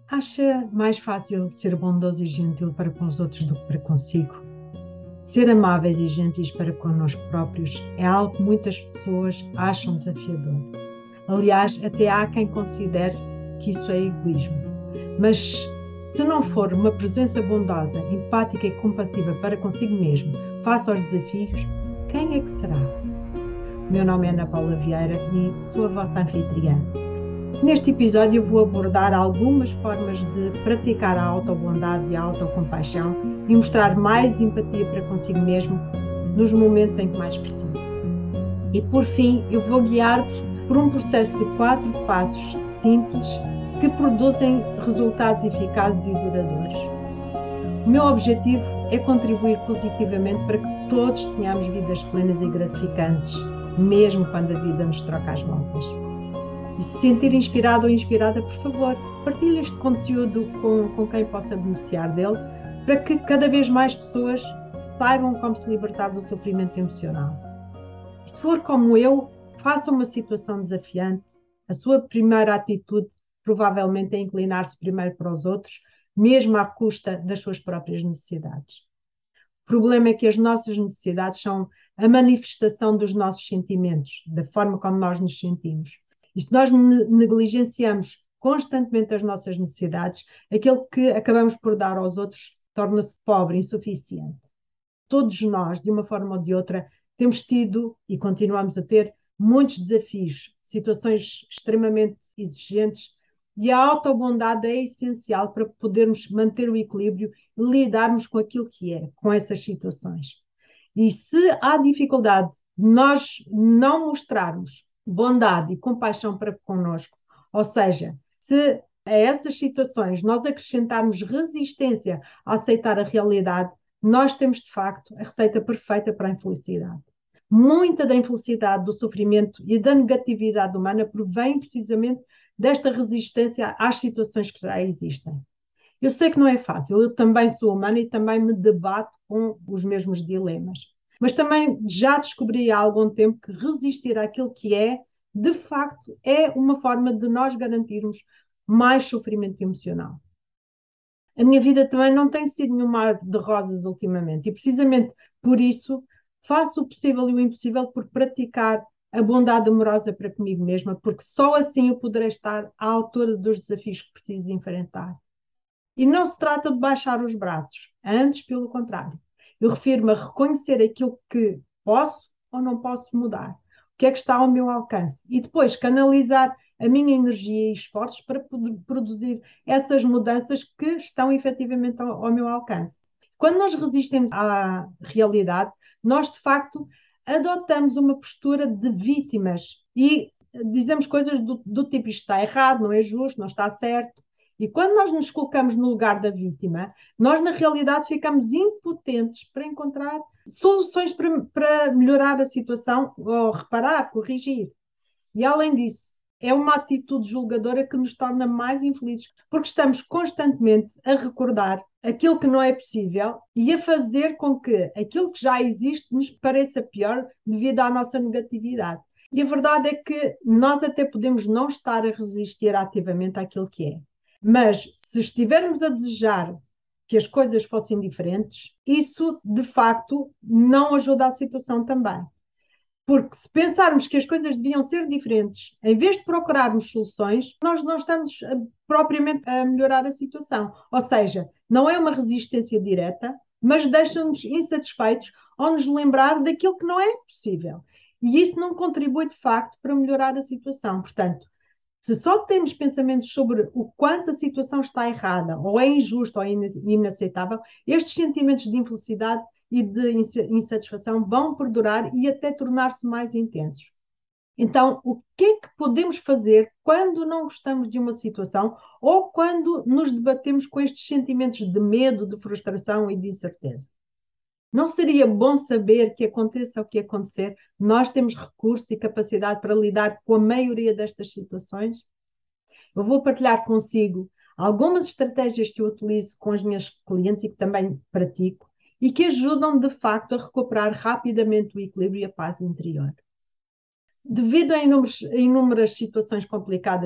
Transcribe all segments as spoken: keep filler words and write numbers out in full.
Acha mais fácil ser bondoso e gentil para com os outros do que para consigo? Ser amáveis e gentis para connosco próprios é algo que muitas pessoas acham desafiador. Aliás, até há quem considere que isso é egoísmo. Mas se não for uma presença bondosa, empática e compassiva para consigo mesmo, face aos desafios, quem é que será? Meu nome é Ana Paula Vieira e sou a vossa anfitriã. Neste episódio eu vou abordar algumas formas de praticar a autobondade e a autocompaixão e mostrar mais empatia para consigo mesmo nos momentos em que mais precisa. E por fim, eu vou guiar-vos por um processo de quatro passos simples que produzem resultados eficazes e duradouros. O meu objetivo é contribuir positivamente para que todos tenhamos vidas plenas e gratificantes, mesmo quando a vida nos troca as voltas. E se sentir inspirado ou inspirada, por favor, partilhe este conteúdo com, com quem possa beneficiar dele, para que cada vez mais pessoas saibam como se libertar do sofrimento emocional. E se for como eu, faça uma situação desafiante, a sua primeira atitude provavelmente é inclinar-se primeiro para os outros, mesmo à custa das suas próprias necessidades. O problema é que as nossas necessidades são a manifestação dos nossos sentimentos, da forma como nós nos sentimos. E se nós negligenciamos constantemente as nossas necessidades, aquilo que acabamos por dar aos outros torna-se pobre, insuficiente. Todos nós, de uma forma ou de outra, temos tido e continuamos a ter muitos desafios, situações extremamente exigentes, e a autobondade é essencial para podermos manter o equilíbrio e lidarmos com aquilo que é, com essas situações. E se há dificuldade de nós não mostrarmos bondade e compaixão para connosco, ou seja, se a essas situações nós acrescentarmos resistência a aceitar a realidade, nós temos de facto a receita perfeita para a infelicidade. Muita da infelicidade, do sofrimento e da negatividade humana provém precisamente desta resistência às situações que já existem. Eu sei que não é fácil, eu também sou humana e também me debato com os mesmos dilemas. Mas também já descobri há algum tempo que resistir àquilo que é, de facto, é uma forma de nós garantirmos mais sofrimento emocional. A minha vida também não tem sido nenhum mar de rosas ultimamente e precisamente por isso faço o possível e o impossível por praticar a bondade amorosa para comigo mesma, porque só assim eu poderei estar à altura dos desafios que preciso de enfrentar. E não se trata de baixar os braços, antes pelo contrário. Eu refiro-me a reconhecer aquilo que posso ou não posso mudar, o que é que está ao meu alcance, e depois canalizar a minha energia e esforços para poder produzir essas mudanças que estão efetivamente ao, ao meu alcance. Quando nós resistimos à realidade, nós de facto adotamos uma postura de vítimas e dizemos coisas do, do tipo isto está errado, não é justo, não está certo. E quando nós nos colocamos no lugar da vítima, nós na realidade ficamos impotentes para encontrar soluções para, para melhorar a situação, ou reparar, corrigir. E além disso, é uma atitude julgadora que nos torna mais infelizes, porque estamos constantemente a recordar aquilo que não é possível e a fazer com que aquilo que já existe nos pareça pior devido à nossa negatividade. E a verdade é que nós até podemos não estar a resistir ativamente àquilo que é. Mas se estivermos a desejar que as coisas fossem diferentes, isso de facto não ajuda a situação também. Porque se pensarmos que as coisas deviam ser diferentes, em vez de procurarmos soluções, nós não estamos a, propriamente a melhorar a situação. Ou seja, não é uma resistência direta, mas deixa-nos insatisfeitos ao nos lembrar daquilo que não é possível. E isso não contribui de facto para melhorar a situação. Portanto, se só temos pensamentos sobre o quanto a situação está errada, ou é injusta, ou é inaceitável, estes sentimentos de infelicidade e de insatisfação vão perdurar e até tornar-se mais intensos. Então, o que é que podemos fazer quando não gostamos de uma situação ou quando nos debatemos com estes sentimentos de medo, de frustração e de incerteza? Não seria bom saber que aconteça o que acontecer, nós temos recursos e capacidade para lidar com a maioria destas situações? Eu vou partilhar consigo algumas estratégias que eu utilizo com as minhas clientes e que também pratico e que ajudam de facto a recuperar rapidamente o equilíbrio e a paz interior. Devido a inúmeras, a inúmeras situações complicadas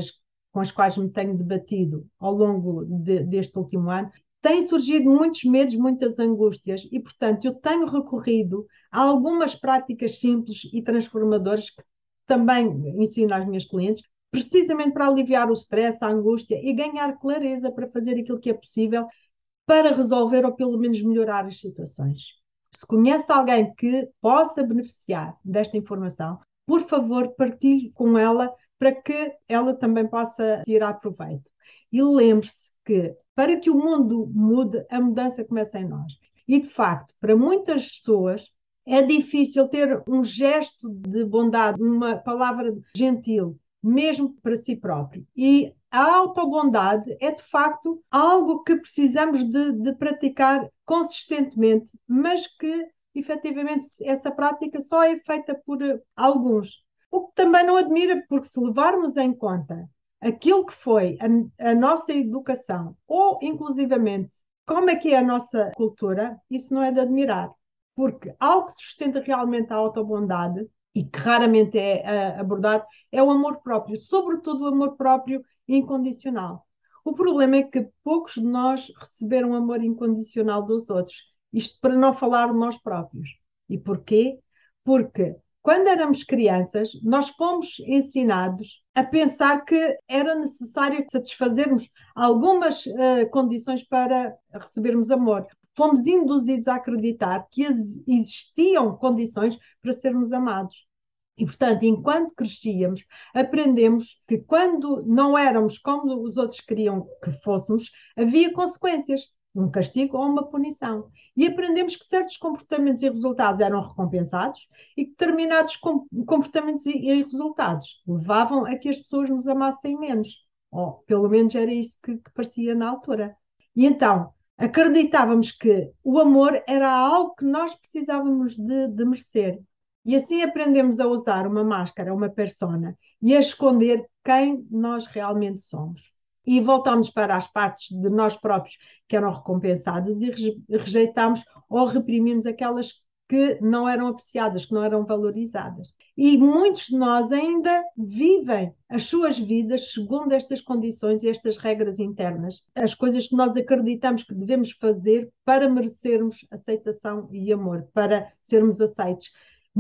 com as quais me tenho debatido ao longo de, deste último ano, têm surgido muitos medos, muitas angústias e, portanto, eu tenho recorrido a algumas práticas simples e transformadoras que também ensino às minhas clientes, precisamente para aliviar o stress, a angústia e ganhar clareza para fazer aquilo que é possível para resolver ou pelo menos melhorar as situações. Se conhece alguém que possa beneficiar desta informação, por favor, partilhe com ela para que ela também possa tirar proveito. E lembre-se que para que o mundo mude, a mudança começa em nós. E, de facto, para muitas pessoas é difícil ter um gesto de bondade, uma palavra gentil, mesmo para si próprio. E a autobondade é, de facto, algo que precisamos de, de praticar consistentemente, mas que, efetivamente, essa prática só é feita por alguns. O que também não admira, porque se levarmos em conta aquilo que foi a, a nossa educação, ou, inclusivamente, como é que é a nossa cultura, isso não é de admirar. Porque algo que sustenta realmente a autobondade, e que raramente é uh, abordado, é o amor próprio, sobretudo o amor próprio incondicional. O problema é que poucos de nós receberam amor incondicional dos outros. Isto para não falar de nós próprios. E porquê? Porque quando éramos crianças, nós fomos ensinados a pensar que era necessário satisfazermos algumas uh, condições para recebermos amor. Fomos induzidos a acreditar que existiam condições para sermos amados. E, portanto, enquanto crescíamos, aprendemos que quando não éramos como os outros queriam que fôssemos, havia consequências, um castigo ou uma punição. E aprendemos que certos comportamentos e resultados eram recompensados e que determinados comportamentos e resultados levavam a que as pessoas nos amassem menos. Ou, pelo menos, era isso que, que parecia na altura. E então, acreditávamos que o amor era algo que nós precisávamos de, de merecer. E assim aprendemos a usar uma máscara, uma persona, e a esconder quem nós realmente somos. E voltamos para as partes de nós próprios que eram recompensadas e rejeitamos ou reprimimos aquelas que não eram apreciadas, que não eram valorizadas. E muitos de nós ainda vivem as suas vidas segundo estas condições e estas regras internas, as coisas que nós acreditamos que devemos fazer para merecermos aceitação e amor, para sermos aceitos,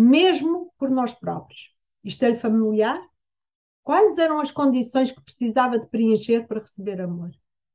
mesmo por nós próprios. Isto é-lhe familiar? Quais eram as condições que precisava de preencher para receber amor?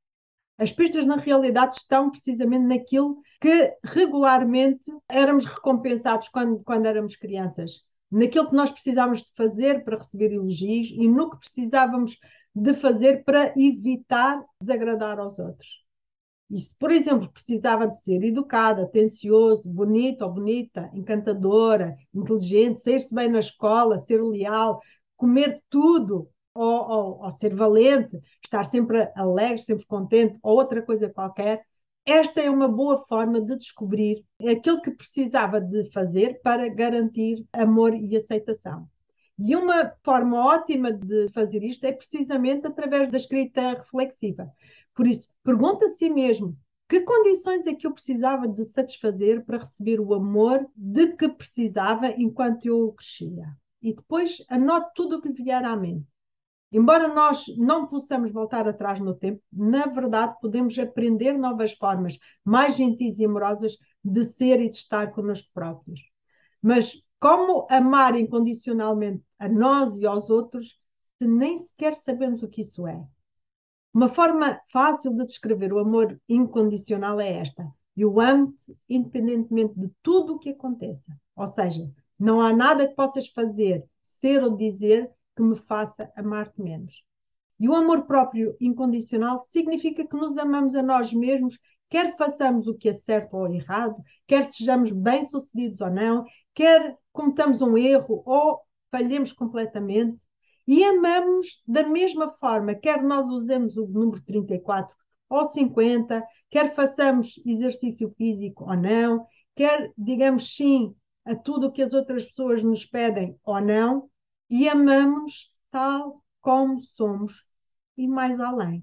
As pistas, na realidade, estão precisamente naquilo que regularmente éramos recompensados quando, quando éramos crianças. Naquilo que nós precisávamos de fazer para receber elogios e no que precisávamos de fazer para evitar desagradar aos outros. E se, por exemplo, precisava de ser educado, atencioso, bonito ou bonita, encantadora, inteligente, sair-se bem na escola, ser leal, comer tudo, ou, ou, ou ser valente, estar sempre alegre, sempre contente, ou outra coisa qualquer, esta é uma boa forma de descobrir aquilo que precisava de fazer para garantir amor e aceitação. E uma forma ótima de fazer isto é precisamente através da escrita reflexiva. Por isso, pergunta a si mesmo: que condições é que eu precisava de satisfazer para receber o amor de que precisava enquanto eu crescia? E depois anote tudo o que lhe vier à mente. Embora nós não possamos voltar atrás no tempo, na verdade podemos aprender novas formas mais gentis e amorosas de ser e de estar connosco próprios. Mas como amar incondicionalmente a nós e aos outros se nem sequer sabemos o que isso é? Uma forma fácil de descrever o amor incondicional é esta: eu amo-te independentemente de tudo o que aconteça. Ou seja, não há nada que possas fazer, ser ou dizer que me faça amar-te menos. E o amor próprio incondicional significa que nos amamos a nós mesmos, quer façamos o que é certo ou errado, quer sejamos bem-sucedidos ou não, quer cometamos um erro ou falhemos completamente. E amamos da mesma forma, quer nós usemos o número trinta e quatro ou cinquenta, quer façamos exercício físico ou não, quer digamos sim a tudo o que as outras pessoas nos pedem ou não, e amamos tal como somos e mais além.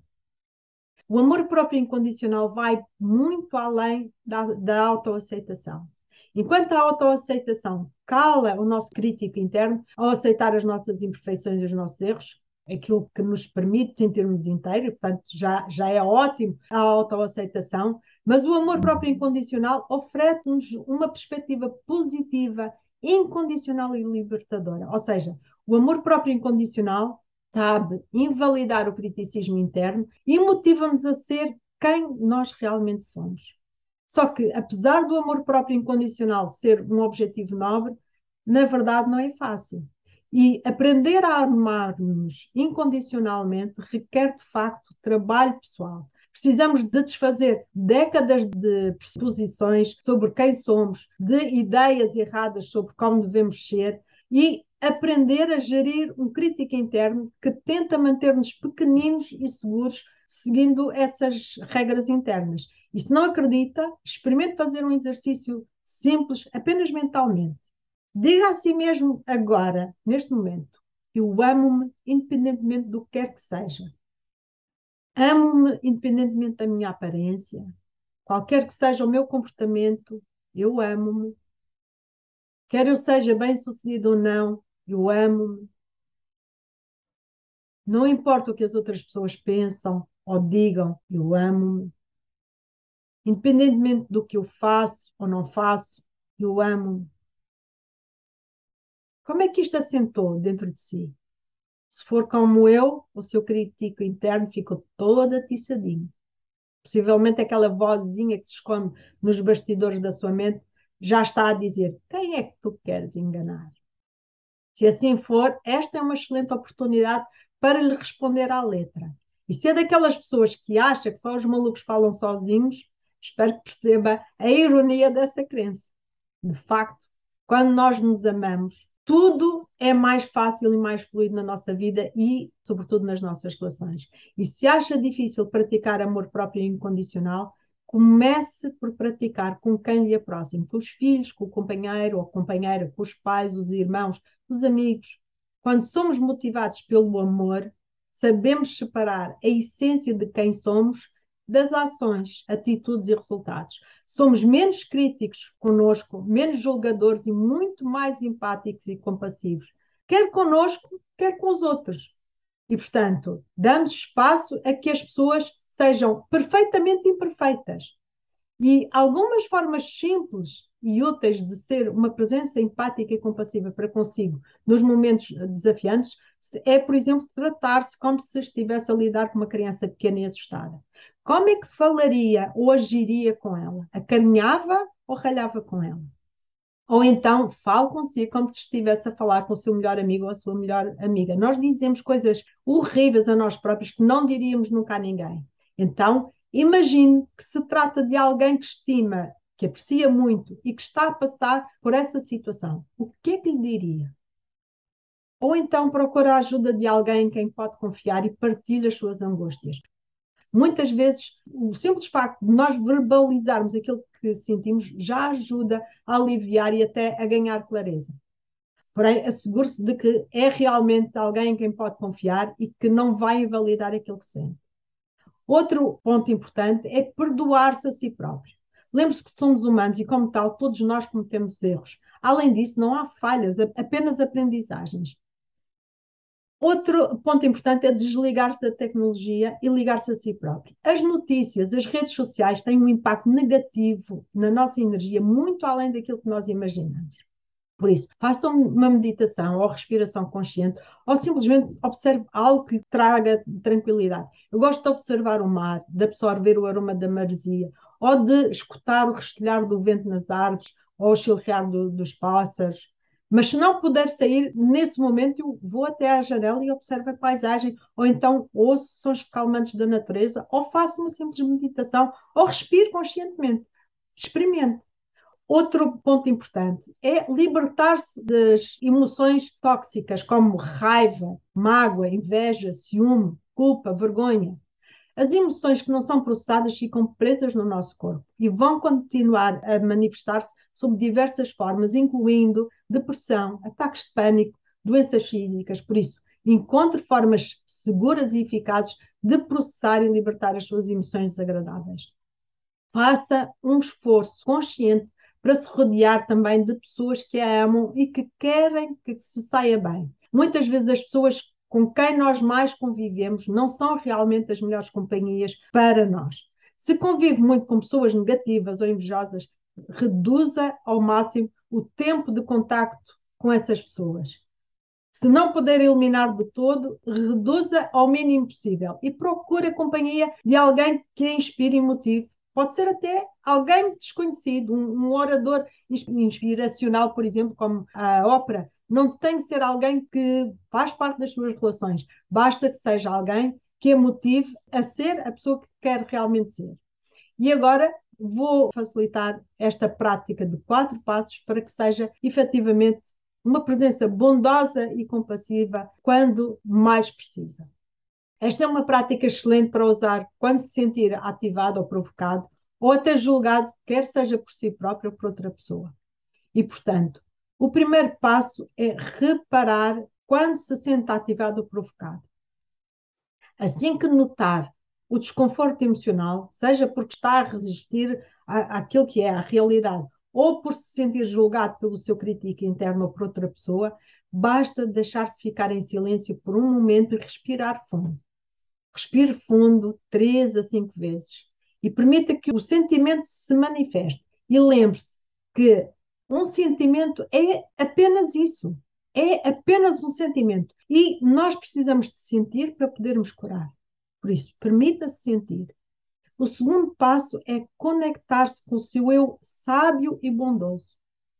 O amor próprio incondicional vai muito além da, da autoaceitação. Enquanto a autoaceitação cala o nosso crítico interno ao aceitar as nossas imperfeições e os nossos erros, aquilo que nos permite sentirmos inteiros, portanto, já, já é ótimo a autoaceitação, mas o amor próprio incondicional oferece-nos uma perspectiva positiva, incondicional e libertadora. Ou seja, o amor próprio incondicional sabe invalidar o criticismo interno e motiva-nos a ser quem nós realmente somos. Só que, apesar do amor próprio incondicional ser um objetivo nobre, na verdade não é fácil. E aprender a amar-nos incondicionalmente requer, de facto, trabalho pessoal. Precisamos de desfazer décadas de pressuposições sobre quem somos, de ideias erradas sobre como devemos ser e aprender a gerir um crítico interno que tenta manter-nos pequeninos e seguros seguindo essas regras internas. E se não acredita, experimente fazer um exercício simples, apenas mentalmente. Diga a si mesmo agora, neste momento, eu amo-me independentemente do que quer que seja. Amo-me independentemente da minha aparência. Qualquer que seja o meu comportamento, eu amo-me. Quer eu seja bem-sucedido ou não, eu amo-me. Não importa o que as outras pessoas pensam ou digam, eu amo-me. Independentemente do que eu faço ou não faço, eu amo-me. Como é que isto assentou dentro de si? Se for como eu, o seu crítico interno ficou todo atiçadinho. Possivelmente aquela vozinha que se esconde nos bastidores da sua mente já está a dizer: quem é que tu queres enganar? Se assim for, esta é uma excelente oportunidade para lhe responder à letra. E se é daquelas pessoas que acha que só os malucos falam sozinhos, espero que perceba a ironia dessa crença. De facto, quando nós nos amamos, tudo é mais fácil e mais fluido na nossa vida e, sobretudo, nas nossas relações. E se acha difícil praticar amor próprio e incondicional, comece por praticar com quem lhe é próximo, com os filhos, com o companheiro ou companheira, com os pais, os irmãos, os amigos. Quando somos motivados pelo amor, sabemos separar a essência de quem somos das ações, atitudes e resultados. Somos menos críticos conosco, menos julgadores e muito mais empáticos e compassivos, quer conosco, quer com os outros. E, portanto, damos espaço a que as pessoas sejam perfeitamente imperfeitas. E algumas formas simples e úteis de ser uma presença empática e compassiva para consigo nos momentos desafiantes é, por exemplo, tratar-se como se estivesse a lidar com uma criança pequena e assustada. Como é que falaria ou agiria com ela? Acarinhava ou ralhava com ela? Ou então fale consigo como se estivesse a falar com o seu melhor amigo ou a sua melhor amiga. Nós dizemos coisas horríveis a nós próprios que não diríamos nunca a ninguém. Então, imagine que se trata de alguém que estima, que aprecia muito e que está a passar por essa situação. O que é que lhe diria? Ou então procura a ajuda de alguém em quem pode confiar e partilha as suas angústias. Muitas vezes, o simples facto de nós verbalizarmos aquilo que sentimos já ajuda a aliviar e até a ganhar clareza. Porém, assegure-se de que é realmente alguém em quem pode confiar e que não vai invalidar aquilo que sente. Outro ponto importante é perdoar-se a si próprio. Lembre-se que somos humanos e, como tal, todos nós cometemos erros. Além disso, não há falhas, apenas aprendizagens. Outro ponto importante é desligar-se da tecnologia e ligar-se a si próprio. As notícias, as redes sociais têm um impacto negativo na nossa energia muito além daquilo que nós imaginamos. Por isso, façam uma meditação ou respiração consciente ou simplesmente observe algo que lhe traga tranquilidade. Eu gosto de observar o mar, de absorver o aroma da maresia ou de escutar o restolhar do vento nas árvores ou o chilrear do, dos pássaros. Mas se não puder sair, nesse momento eu vou até à janela e observo a paisagem, ou então ouço sons calmantes da natureza, ou faço uma simples meditação, ou respiro conscientemente. Experimente. Outro ponto importante é libertar-se das emoções tóxicas, como raiva, mágoa, inveja, ciúme, culpa, vergonha. As emoções que não são processadas ficam presas no nosso corpo e vão continuar a manifestar-se sob diversas formas, incluindo depressão, ataques de pânico, doenças físicas. Por isso, encontre formas seguras e eficazes de processar e libertar as suas emoções desagradáveis. Faça um esforço consciente para se rodear também de pessoas que a amam e que querem que se saia bem. Muitas vezes as pessoas com quem nós mais convivemos não são realmente as melhores companhias para nós. Se convive muito com pessoas negativas ou invejosas, reduza ao máximo o tempo de contacto com essas pessoas. Se não puder eliminar de todo, reduza ao mínimo possível e procure a companhia de alguém que a inspire e motive. Pode ser até alguém desconhecido, um, um orador inspiracional, por exemplo, como a ópera. Não tem que ser alguém que faz parte das suas relações. Basta que seja alguém que a motive a ser a pessoa que quer realmente ser. E agora vou facilitar esta prática de quatro passos para que seja efetivamente uma presença bondosa e compassiva quando mais precisa. Esta é uma prática excelente para usar quando se sentir ativado ou provocado, ou até julgado, quer seja por si próprio ou por outra pessoa. E, portanto, o primeiro passo é reparar quando se sente ativado ou provocado. Assim que notar o desconforto emocional, seja porque está a resistir à, àquilo que é a realidade, ou por se sentir julgado pelo seu crítico interno ou por outra pessoa, basta deixar-se ficar em silêncio por um momento e respirar fundo. Respire fundo três a cinco vezes e permita que o sentimento se manifeste. E lembre-se que um sentimento é apenas isso. É apenas um sentimento. E nós precisamos de sentir para podermos curar. Por isso, permita-se sentir. O segundo passo é conectar-se com o seu eu sábio e bondoso.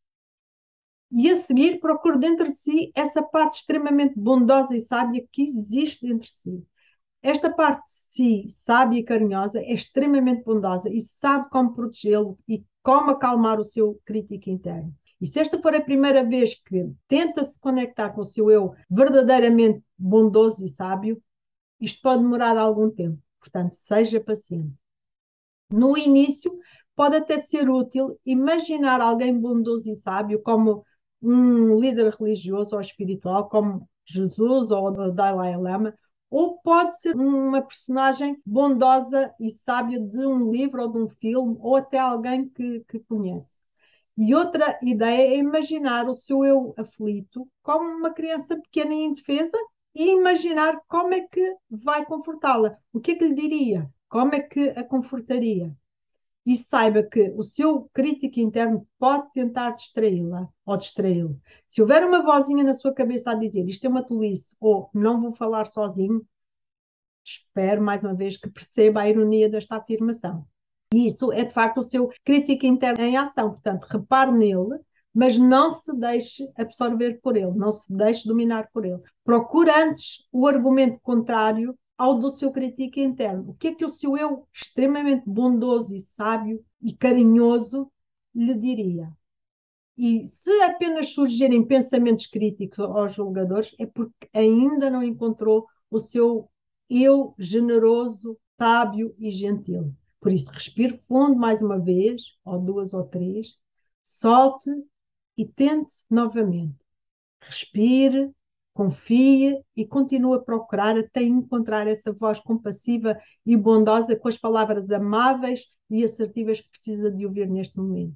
E a seguir, procure dentro de si essa parte extremamente bondosa e sábia que existe dentro de si. Esta parte de si, sábia e carinhosa, é extremamente bondosa e sabe como protegê-lo e como acalmar o seu crítico interno. E se esta for a primeira vez que tenta se conectar com o seu eu verdadeiramente bondoso e sábio, isto pode demorar algum tempo. Portanto, seja paciente. No início, pode até ser útil imaginar alguém bondoso e sábio como um líder religioso ou espiritual, como Jesus ou o Dalai Lama, ou pode ser uma personagem bondosa e sábia de um livro ou de um filme, ou até alguém que, que conhece. E outra ideia é imaginar o seu eu aflito como uma criança pequena e indefesa e imaginar como é que vai confortá-la. O que é que lhe diria? Como é que a confortaria? E saiba que o seu crítico interno pode tentar distraí-la ou distraí-lo. Se houver uma vozinha na sua cabeça a dizer isto é uma tolice ou não vou falar sozinho, espero mais uma vez que perceba a ironia desta afirmação. E isso é de facto o seu crítico interno em ação. Portanto, repare nele, mas não se deixe absorver por ele, não se deixe dominar por ele. Procure antes o argumento contrário ao do seu crítico interno. O que é que o seu eu extremamente bondoso e sábio e carinhoso lhe diria? E se apenas surgirem pensamentos críticos aos julgadores, é porque ainda não encontrou o seu eu generoso, sábio e gentil. Por isso, respire fundo mais uma vez, ou duas ou três, solte e tente novamente. Respire, confie e continue a procurar até encontrar essa voz compassiva e bondosa com as palavras amáveis e assertivas que precisa de ouvir neste momento.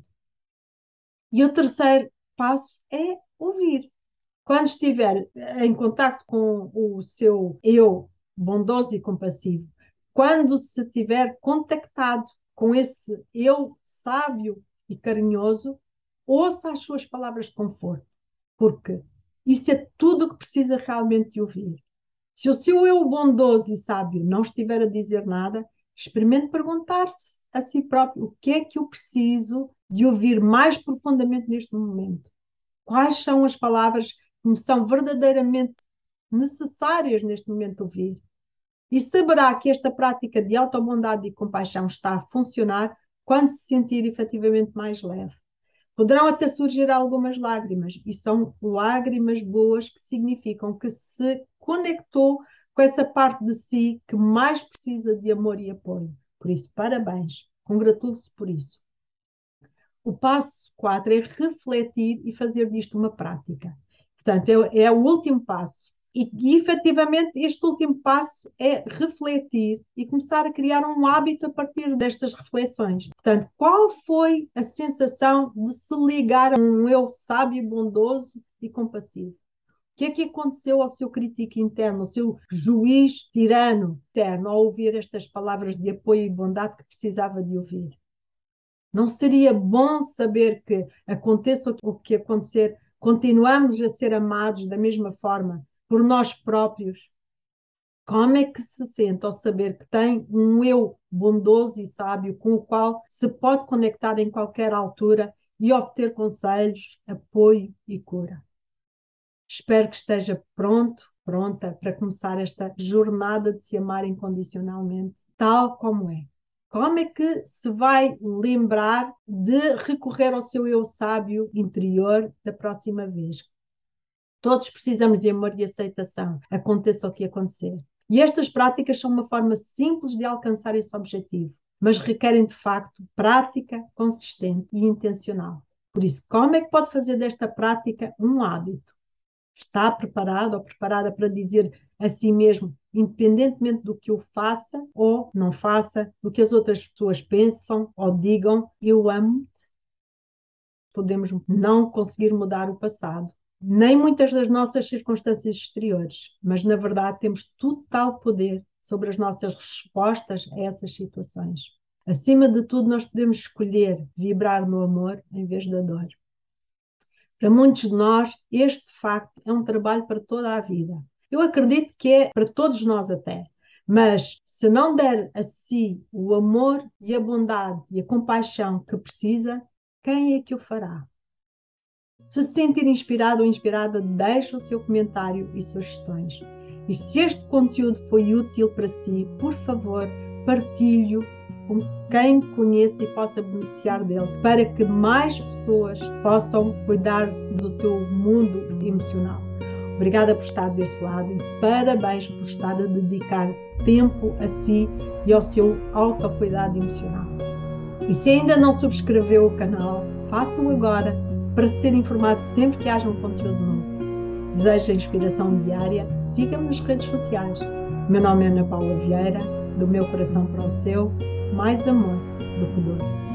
E o terceiro passo é ouvir. Quando estiver em contato com o seu eu bondoso e compassivo, quando se tiver contactado com esse eu sábio e carinhoso, ouça as suas palavras de conforto, porque isso é tudo o que precisa realmente de ouvir. Se o seu eu bondoso e sábio não estiver a dizer nada, experimente perguntar-se a si próprio o que é que eu preciso de ouvir mais profundamente neste momento. Quais são as palavras que me são verdadeiramente necessárias neste momento de ouvir? E saberá que esta prática de autobondade e compaixão está a funcionar quando se sentir efetivamente mais leve. Poderão até surgir algumas lágrimas, e são lágrimas boas que significam que se conectou com essa parte de si que mais precisa de amor e apoio. Por isso, parabéns, congratule-se por isso. O passo quatro é refletir e fazer disto uma prática. Portanto, é, é o último passo. E, e, efetivamente, este último passo é refletir e começar a criar um hábito a partir destas reflexões. Portanto, qual foi a sensação de se ligar a um eu sábio, bondoso e compassivo? que é que aconteceu ao seu crítico interno, ao seu juiz tirano interno, ao ouvir estas palavras de apoio e bondade que precisava de ouvir? Não seria bom saber que, aconteça o que acontecer, continuamos a ser amados da mesma forma por nós próprios? Como é que se sente ao saber que tem um eu bondoso e sábio com o qual se pode conectar em qualquer altura e obter conselhos, apoio e cura? Espero que esteja pronto, pronta para começar esta jornada de se amar incondicionalmente, tal como é. Como é que se vai lembrar de recorrer ao seu eu sábio interior da próxima vez? Todos precisamos de amor e aceitação, aconteça o que acontecer. E estas práticas são uma forma simples de alcançar esse objetivo, mas requerem de facto prática consistente e intencional. Por isso, como é que pode fazer desta prática um hábito? Está preparado ou preparada para dizer a si mesmo, independentemente do que eu faça ou não faça, do que as outras pessoas pensam ou digam, eu amo-te? Podemos não conseguir mudar o passado, nem muitas das nossas circunstâncias exteriores, mas na verdade temos total poder sobre as nossas respostas a essas situações. Acima de tudo, nós podemos escolher vibrar no amor em vez da dor. Para muitos de nós, este de facto é um trabalho para toda a vida. Eu acredito que é para todos nós até, mas se não der a si o amor e a bondade e a compaixão que precisa, quem é que o fará? Se se sentir inspirado ou inspirada, deixe o seu comentário e sugestões. E se este conteúdo foi útil para si, por favor, partilhe-o com quem conheça e possa beneficiar dele, para que mais pessoas possam cuidar do seu mundo emocional. Obrigada por estar desse lado e parabéns por estar a dedicar tempo a si e ao seu autocuidado emocional. E se ainda não subscreveu o canal, faça-o agora, para ser informado sempre que haja um conteúdo novo. Desejo a inspiração diária, siga-me nas redes sociais. Meu nome é Ana Paula Vieira, do meu coração para o seu, mais amor do que dor.